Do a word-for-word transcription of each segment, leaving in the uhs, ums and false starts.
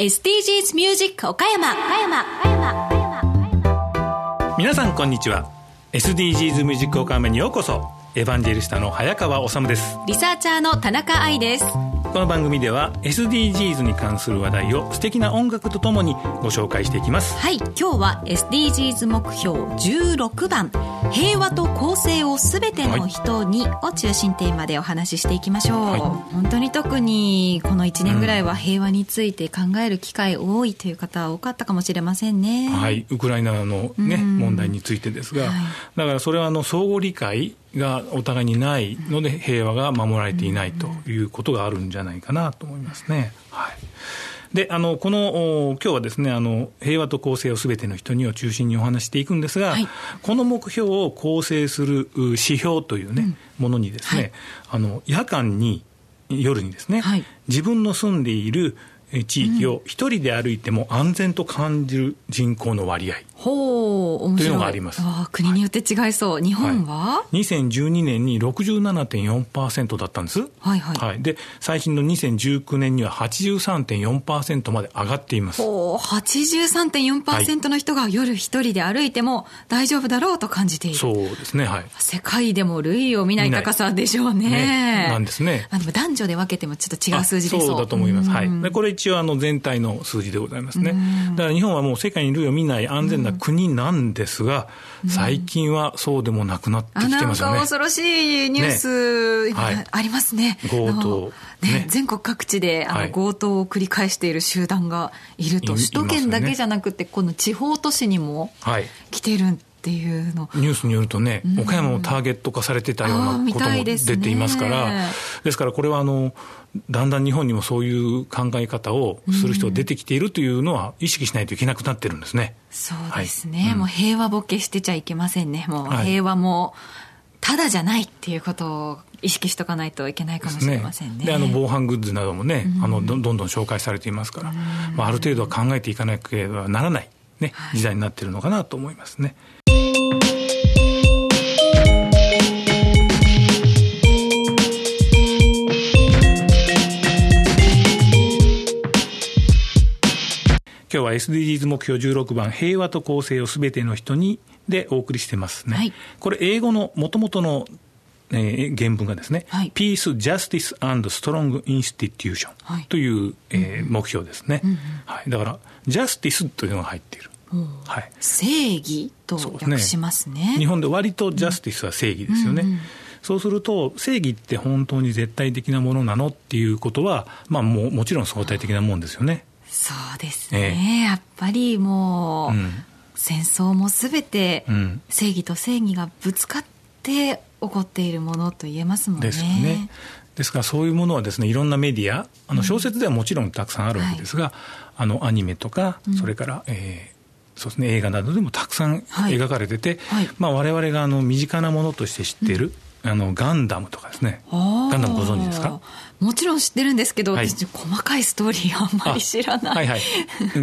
エスディージーズ ミュージック岡山岡山岡山岡山。皆さんこんにちは。 エスディージーズ ミュージック岡山にようこそ。エヴァンジェリスタの早川治です。 リサーチャーの田中愛です。 この番組では エスディージーズ に関する話題を素敵な音楽とともにご紹介していきます。 はい、今日は エスディージーズ 目標じゅうろくばん、平和と公正をすべての人にを中心テーマでお話ししていきましょう、はい、本当に特にこのいちねんぐらいは平和について考える機会多いという方は多かったかもしれませんね。 はい、ウクライナの、ね、問題についてですが、はい、だからそれはあの相互理解がお互いにないので平和が守られていないということがあるんじゃないかなと思いますね。はい、であのこの今日はですね、あの平和と公正をすべての人にを中心にお話していくんですが、はい、この目標を構成する指標というね、うん、ものにですね、はい、あの夜間に夜にですね、はい、自分の住んでいる地域を一人で歩いても安全と感じる人口の割合、 ほう、面白いというのがあります。 あ、国によって違いそう。日本は、 はい、にせんじゅうにねんに ろくじゅうななてんよんパーセント だったんです。 はいはいはい、で最新のにせんじゅうきゅうねんには はちじゅうさんてんよんパーセント まで上がっています。 ほう、はちじゅうさんてんよんパーセント の人が夜一人で歩いても大丈夫だろうと感じている。 そうですね、はい、 世界でも類を見ない高さでしょう ね, ねなんですね。 あの男女で分けてもちょっと違う数字でそう。 そうだと思います。はい、でこれ一応あの全体の数字でございますね。だから日本はもう世界に類を見ない安全な国なんですが、最近はそうでもなくなってきてますよね。 なんか恐ろしいニュース、ね、はい、ありますね。 強盗、 ねね、 全国各地であの強盗を繰り返している集団がいると、はい、首都圏だけじゃなくてこの地方都市にも来てるっていうの、 ニュースによるとね、うん、岡山もターゲット化されてたようなことも出ていますから、ですね、ですからこれはあのだんだん日本にもそういう考え方をする人が出てきているというのは意識しないといけなくなってるんですね。 そうですね、はい、もう平和ボケしてちゃいけませんね。もう平和もただじゃないっていうことを意識しとかないといけないかもしれませんね。 であの防犯グッズなどもね、うん、あの ど, どんどん紹介されていますから、まあ、ある程度は考えていかなければならない、ね、はい、時代になっているのかなと思いますね。今日は エスディージーズ 目標じゅうろくばん、平和と公正をすべての人にでお送りしてますね。はい、これ英語の元々の、えー、原文がですね、はい、Peace, Justice and Strong Institution、はい、という、えー、目標ですね。うんうん、はい、だからジャスティスというのが入っている。はい、 正義と訳しますね。 日本で割とジャスティスは正義ですよね。うんうんうん、そうすると正義って本当に絶対的なものなのっていうことは、まあ、も, もちろん相対的なもんですよね。 そうですね、えー、やっぱりもう、うん、戦争もすべて正義と正義がぶつかって起こっているものと言えますもんね。 ですよね。ですからそういうものはですね、いろんなメディア、あの小説ではもちろんたくさんあるわけですが、うん、はい、あのアニメとか、それから、うん、えーそうですね、映画などでもたくさん描かれてて、はいはい、まあ、我々があの身近なものとして知っている、うん、あのガンダムとかですね。ガンダムご存知ですか？ もちろん知ってるんですけど、はい、私細かいストーリーあんまり知らない。はいはい、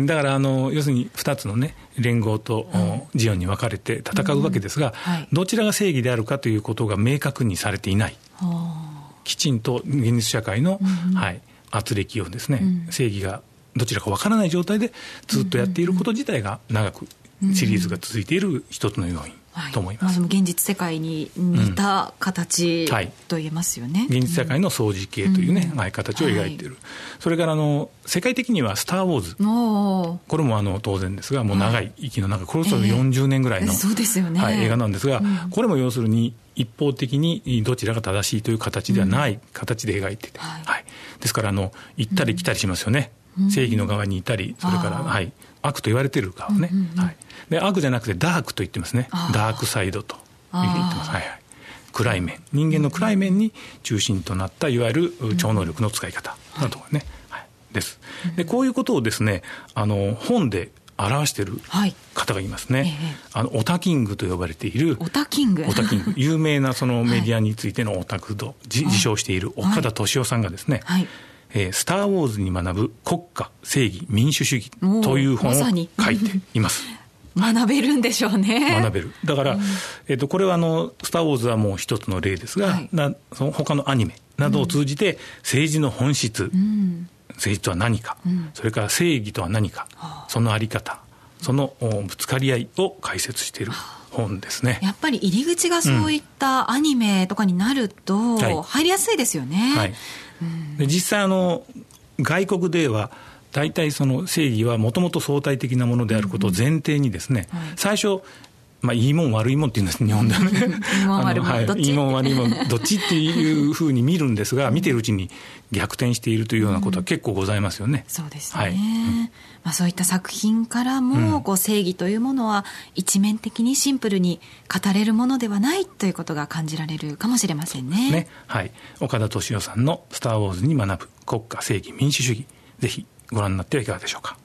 だからあの要するにふたつのね連合と、うん、ジオンに分かれて戦うわけですが、うん、はい、どちらが正義であるかということが明確にされていない。きちんと現実社会の、うん、はい、圧力をですね、うん、正義がどちらか分からない状態でずっとやっていること自体が長くシリーズが続いている一つの要因と思います。 はい、まあ、現実世界に似た形、うん、はい、と言えますよね。 現実世界の相似形というね、うん、はい、形を描いている。はい、それからあの世界的にはスターウォーズ、これもあの当然ですがもう長い息の長い、これこそよんじゅうねんぐらいの、えーそうですよね、はい、映画なんですが、うん、これも要するに一方的にどちらが正しいという形ではない形で描いていて、うん、はいはい、ですからあの行ったり来たりしますよね。うん、正義の側にいたり、それから、はい、悪と言われている側ね、うんうんうん、はい、で悪じゃなくてダークと言ってますね。ダークサイドと言ってます。はいはい、暗い面、人間の暗い面に中心となったいわゆる超能力の使い方などがね、はいはい、です。でこういうことをですね、あの本で表している方がいますね。はい、あのオタキングと呼ばれているオタキングオタキング有名なそのメディアについてのオタク度、はい、自称している岡田敏夫さんがですね、はいはい、えー、スター・ウォーズに学ぶ国家正義民主主義という本を書いています。 学べるんでしょうね。 学べる。だから、うん、えー、とこれはあのスター・ウォーズはもう一つの例ですが、はい、なその他のアニメなどを通じて政治の本質、うん、 誠実とは何か、うん、それから正義とは何か、はあ、そのあり方、そのぶつかり合いを解説している本ですね。 やっぱり入り口がそういったアニメとかになると入りやすいですよね、 はい、うん、で実際あの外国では大体その正義はもともと相対的なものであることを前提にですね、うんうん、はい、最初まあ、いいもん悪いもんって言うんです日本ではねいいもん悪いもんどっち、 いいもん悪いもんどっちっていうふうに見るんですが、見ているうちに逆転しているというようなことは結構ございますよね、 うん、そうですね、はい、うん、まあ、そういった作品からもこう正義というものは一面的にシンプルに語れるものではないということが感じられるかもしれません ね, ね、 はい、岡田敏夫さんのスターウォーズに学ぶ国家正義民主主義、ぜひご覧になってはいかがでしょうか。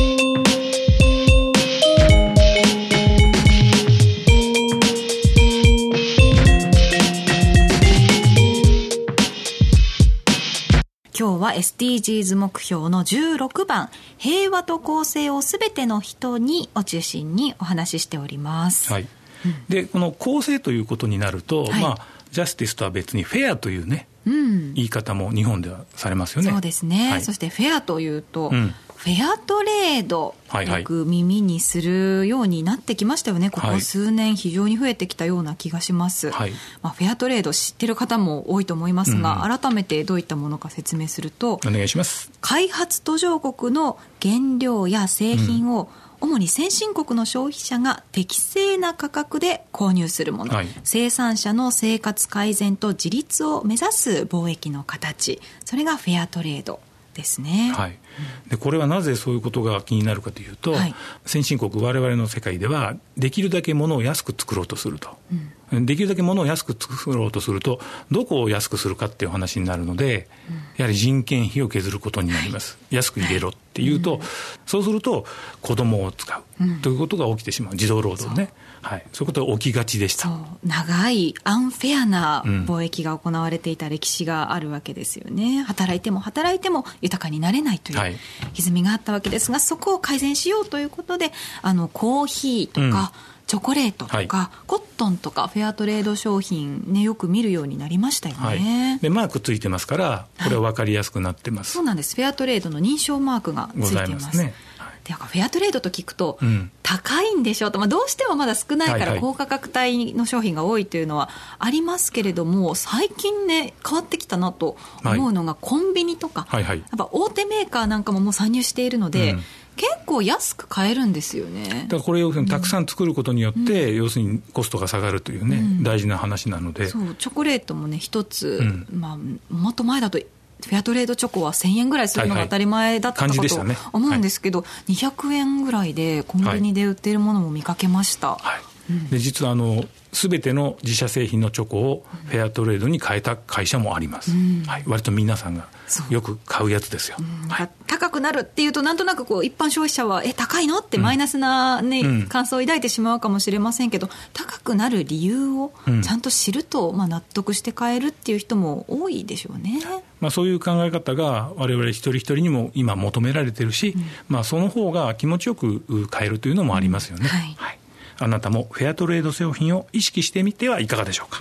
今日は エスディージーズ 目標のじゅうろくばん、平和と公正をすべての人にを中心にお話ししております、 はい、うん、でこの公正ということになると、はい、まあ、ジャスティスとは別にフェアというね、うん、言い方も日本ではされますよね。 そうですね、はい、そしてフェアというと、うん、フェアトレード、はいはい、よく耳にするようになってきましたよね。ここ数年非常に増えてきたような気がします、はい、まあ、フェアトレード知ってる方も多いと思いますが、うん、改めてどういったものか説明すると、 お願いします。 開発途上国の原料や製品を、うん、主に先進国の消費者が適正な価格で購入するもの、はい、生産者の生活改善と自立を目指す貿易の形、それがフェアトレードですね、 はい、でこれはなぜそういうことが気になるかというと、はい、先進国我々の世界ではできるだけ物を安く作ろうとすると、うん、できるだけ物を安く作ろうとするとどこを安くするかっていう話になるので、うん、やはり人件費を削ることになります、はい、安く入れろっていうと、うん、そうすると子供を使う、うん、ということが起きてしまう、児童労働ね、はい、そういうことが起きがちでした。 そう、長いアンフェアな貿易が行われていた歴史があるわけですよね、うん、働いても働いても豊かになれないという、はい、歪みがあったわけですが、そこを改善しようということで、あのコーヒーとか、うん、チョコレートとか、はい、コットンとかフェアトレード商品、ね、よく見るようになりましたよね、はい、 でマークついてますからこれは分かりやすくなってます、 はい、そうなんです。フェアトレードの認証マークがついてます。ございますね。でフェアトレードと聞くと、うん、高いんでしょうと、まあ、どうしてもまだ少ないから高価格帯の商品が多いというのはありますけれども、最近ね変わってきたなと思うのが、はい、コンビニとか、はいはい、やっぱ大手メーカーなんかももう参入しているので、うん、結構安く買えるんですよね。 だからこれをたくさん作ることによって、うん、要するにコストが下がるというね、うん、大事な話なので。 そう、チョコレートもね一つ、うん、まあ、もっと前だとフェアトレードチョコはせんえんぐらいするのが当たり前だったかと思うんですけど、にひゃくえんぐらいでコンビニで売っているものも見かけました、はいはい、うん、で実はあの全ての自社製品のチョコをフェアトレードに変えた会社もあります、うん、はい、割と皆さんがよく買うやつですよ、うん、はい、 高くなるっていうとなんとなくこう一般消費者はえ高いのってマイナスな、ね、うん、感想を抱いてしまうかもしれませんけど、高くなる理由をちゃんと知ると、まあ、納得して買えるっていう人も多いでしょうね、 まあ、そういう考え方が我々一人一人にも今求められてるし、うん、まあ、その方が気持ちよく買えるというのもありますよね、うん、はいはい、あなたもフェアトレード商品を意識してみてはいかがでしょうか。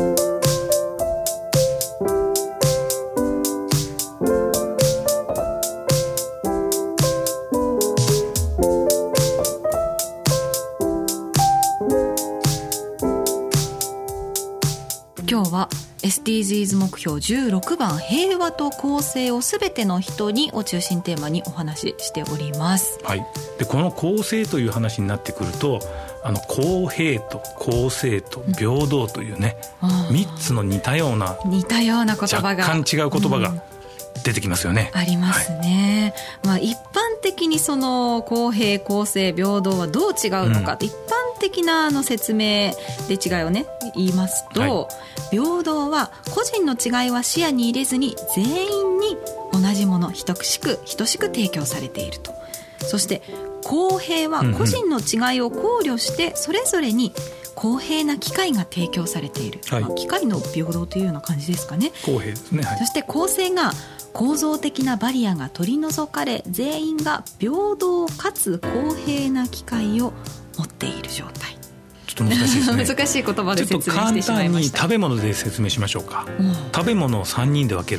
今日は エスディージーズ 目標じゅうろくばん、平和と公正をすべての人にを中心テーマにお話ししております、 はい、でこの公正という話になってくると、あの公平と公正と平等というね、うん、みっつの似たような似たような言葉が若干違う言葉が出てきますよね、 うん、ありますね、はい、まあ、一般的にその公平公正平等はどう違うのか、うん、一般的なあの説明で違いをね言いますと、はい、平等は個人の違いは視野に入れずに全員に同じもの等しく等しく提供されていると。そして公平は個人の違いを考慮してそれぞれに公平な機会が提供されている、はい、まあ、機会の平等というような感じですかね。 公平ですね、はい、 そして公正が構造的なバリアが取り除かれ全員が平等かつ公平な機会を持っている状態。 ちょっと難しいですね難しい言葉で説明してしまいました。 ちょっと簡単に食べ物で説明しましょうか、うん、食べ物をさんにんで分けると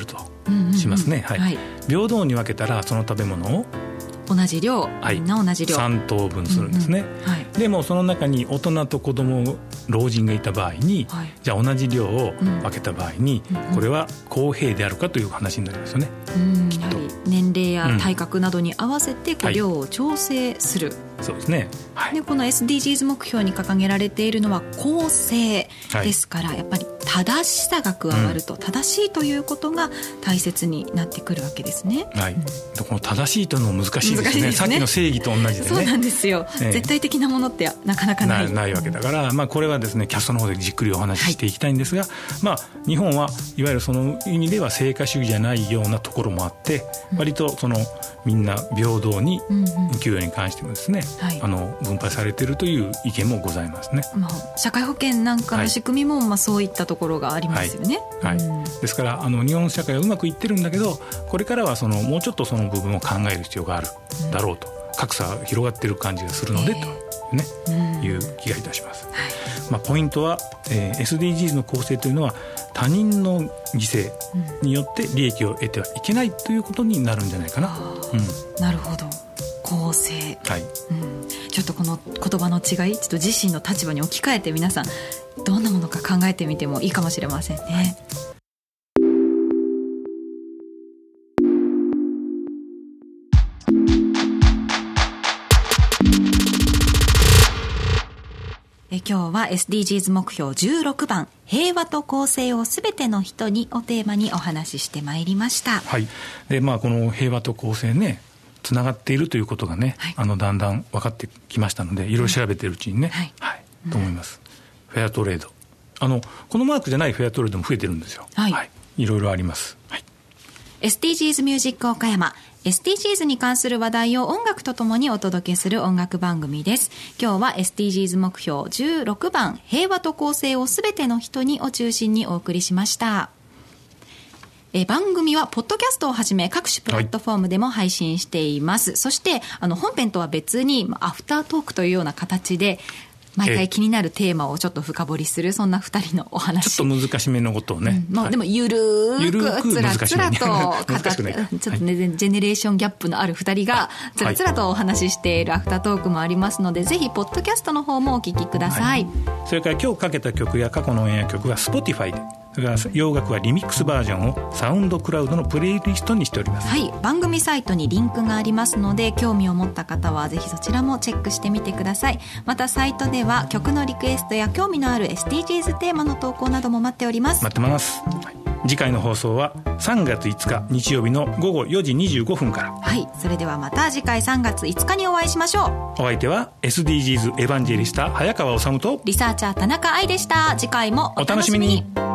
しますね、はいはい、平等に分けたらその食べ物を同じ量、はい、みんな同じ量さん等分するんですね、うんうんはい、でもその中に大人と子供老人がいた場合に、はい、じゃあ同じ量を分けた場合に、うん、これは公平であるかという話になりますよね、 うん、きっと年齢や体格などに合わせてこう量を調整する、はい、 そうですね、はい、 でこの エスディージーズ 目標に掲げられているのは公正ですから、はい、やっぱり正しさが加わると、うん、正しいということが大切になってくるわけですね、 はい、うん、この正しいというのも難しいですね、ですね、さっきの正義と同じでね、 そうなんですよ、えー、絶対的なものってなかなかないな, ないわけだから、まあ、これはですねキャストの方でじっくりお話ししていきたいんですが、はい、まあ、日本はいわゆるその意味では成果主義じゃないようなところもあって、うん、割とそのみんな平等に給与に関してもですね、うんうん、あの分配されているという意見もございますね、 まあ、社会保険なんかの仕組みも、はい、まあ、そういったところがありますよね、 はいはい、うん、ですからあの日本社会はうまくいってるんだけどこれからはそのもうちょっとその部分を考える必要があるだろうと、うん、格差が広がっている感じがするので、えー、というね、うん、いう気がいたします、はい、まあ、ポイントは、えー、エスディージーズ の構成というのは他人の犠牲によって利益を得てはいけないということになるんじゃないかな、 うん、なるほど、公正、はい、うん、ちょっとこの言葉の違いちょっと自身の立場に置き換えて皆さんどんなものか考えてみてもいいかもしれませんね、はい、え今日は エスディージーズ 目標じゅうろくばん平和と公正をすべての人にをテーマにお話ししてまいりました、 はい、でまあ、この平和と公正ねつながっているということがね、はい、あのだんだん分かってきましたのでいろいろ調べているうちにね、はいはい、と思います、うん、フェアトレードあのこのマークじゃないフェアトレードも増えてるんですよ、はいはい、いろいろあります、はい、 エスディージーズ ミュージック岡山エスディージーズ に関する話題を音楽とともにお届けする音楽番組です。今日は エスディージーズ 目標じゅうろくばん平和と公正をすべての人にを中心にお送りしました。え番組はポッドキャストをはじめ各種プラットフォームでも配信しています、はい、そしてあの本編とは別にアフタートークというような形で毎回気になるテーマをちょっと深掘りするそんなふたりのお話、 ちょっと難しめのことをね、 うん、まあ、でもゆるーくつらつらと語ってちょっとね、はい、ジェネレーションギャップのあるふたりがつらつらとお話ししているアフタートークもありますので、はい、ぜひポッドキャストの方もお聞きください、はい、 それから今日かけた曲や過去のオンエア曲は Spotify で、それから洋楽はリミックスバージョンをサウンドクラウドのプレイリストにしております、 はい、番組サイトにリンクがありますので興味を持った方はぜひそちらもチェックしてみてください。またサイトでは曲のリクエストや興味のある エスディージーズ テーマの投稿なども待っております待ってます、はい、次回の放送はさんがついつか日曜日の午後よじにじゅうごふんから。 はい、それではまた次回さんがついつかにお会いしましょう。お相手は エスディージーズ エヴァンジェリスタ早川治とリサーチャー田中愛でした。次回もお楽しみに。 お楽しみに。